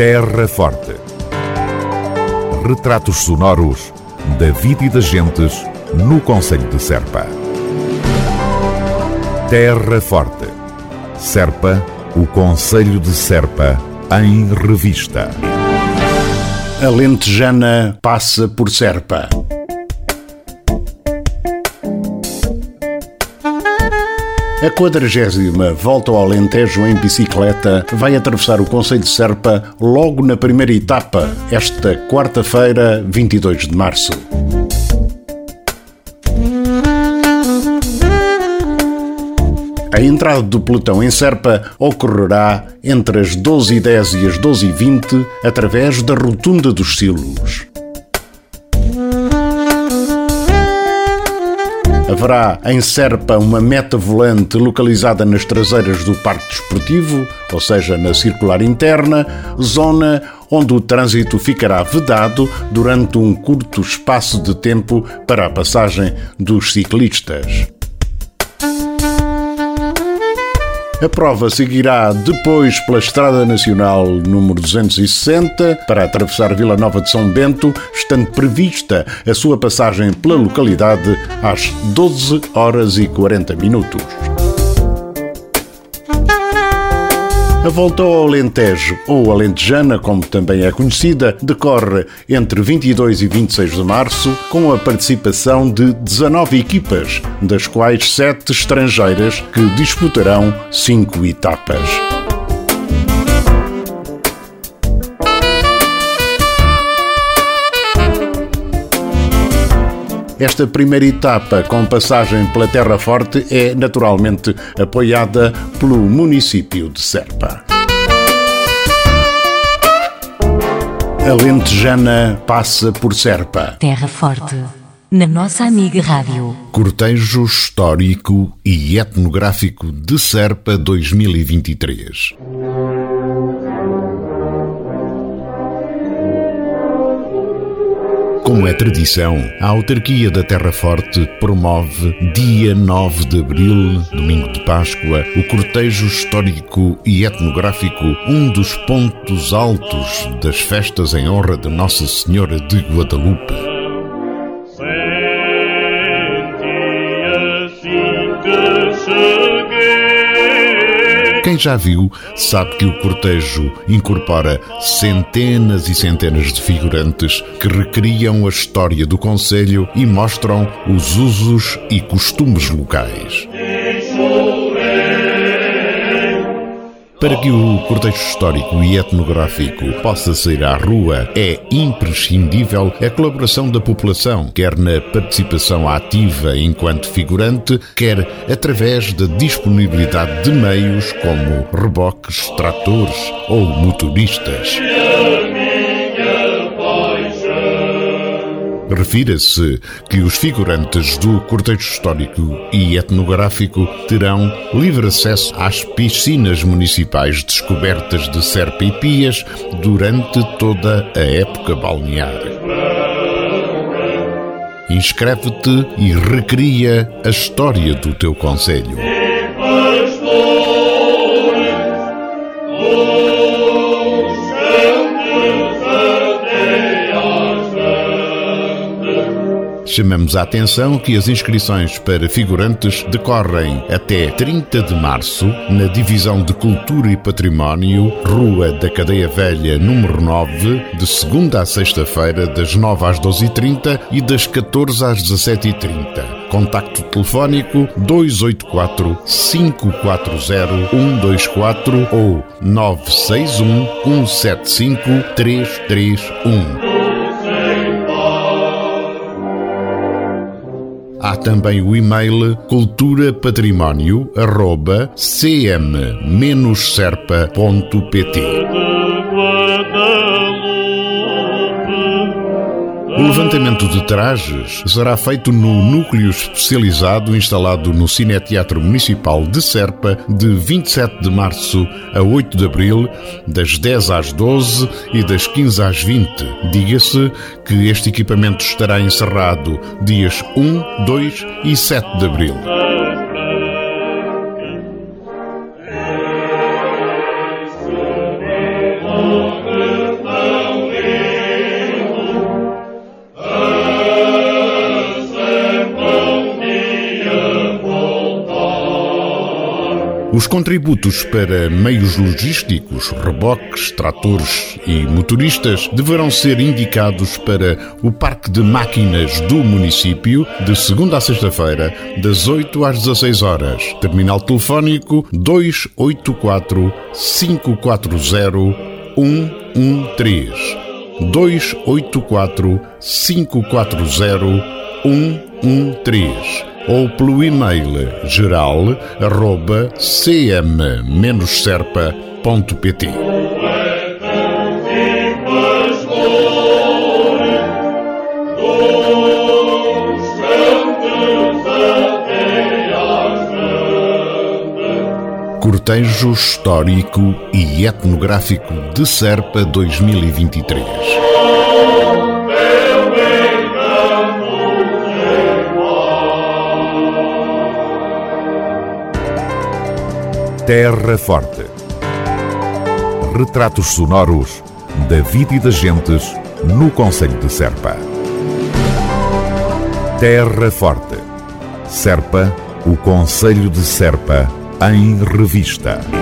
Terra Forte. Retratos sonoros da vida e das gentes no concelho de Serpa. Terra Forte. Serpa, o concelho de Serpa, em revista. A Alentejana passa por Serpa. A 40ª Volta ao Alentejo em bicicleta vai atravessar o concelho de Serpa logo na primeira etapa, esta quarta-feira, 22 de março. A entrada do pelotão em Serpa ocorrerá entre as 12h10 e as 12h20 através da Rotunda dos Silos. Haverá em Serpa uma meta volante localizada nas traseiras do Parque Desportivo, ou seja, na circular interna, zona onde o trânsito ficará vedado durante um curto espaço de tempo para a passagem dos ciclistas. A prova seguirá depois pela Estrada Nacional número 260 para atravessar Vila Nova de São Bento, estando prevista a sua passagem pela localidade às 12h40. A Volta ao Alentejo, ou Alentejana, como também é conhecida, decorre entre 22 e 26 de março, com a participação de 19 equipas, das quais 7 estrangeiras, que disputarão 5 etapas. Esta primeira etapa, com passagem pela Terra Forte, é naturalmente apoiada pelo município de Serpa. A Alentejana passa por Serpa. Terra Forte, na nossa amiga rádio. Cortejo Histórico e Etnográfico de Serpa 2023. Como é tradição, a autarquia da Terra Forte promove, dia 9 de abril, domingo de Páscoa, o cortejo histórico e etnográfico, um dos pontos altos das festas em honra de Nossa Senhora de Guadalupe. Quem já viu sabe que o cortejo incorpora centenas e centenas de figurantes que recriam a história do concelho e mostram os usos e costumes locais. Para que o cortejo histórico e etnográfico possa sair à rua, é imprescindível a colaboração da população, quer na participação ativa enquanto figurante, quer através da disponibilidade de meios como reboques, tratores ou motoristas. Refira-se que os figurantes do cortejo histórico e etnográfico terão livre acesso às piscinas municipais descobertas de Serpa e Pias durante toda a época balnear. Inscreve-te e recria a história do teu concelho. Chamamos a atenção que as inscrições para figurantes decorrem até 30 de março na Divisão de Cultura e Património, Rua da Cadeia Velha, número 9, de segunda a sexta-feira, das 9 às 12h30 e das 14 às 17h30. Contacto telefónico 284 540 124 ou 961 175 331. Há também o e-mail culturapatrimonio@cm-serpa.pt. O levantamento de trajes será feito no núcleo especializado instalado no Cineteatro Municipal de Serpa de 27 de março a 8 de abril, das 10 às 12 e das 15 às 20. Diga-se que este equipamento estará encerrado dias 1, 2 e 7 de abril. Os contributos para meios logísticos, reboques, tratores e motoristas deverão ser indicados para o Parque de Máquinas do município de segunda a sexta-feira, das 8 às 16 horas. Terminal telefónico 284 540 113. 284 540 113 ou pelo e-mail geral@cm-serpa.pt. Cortejo Histórico e Etnográfico de Serpa 2023. Terra Forte. Retratos sonoros da vida e das gentes no concelho de Serpa. Terra Forte. Serpa, o concelho de Serpa em revista.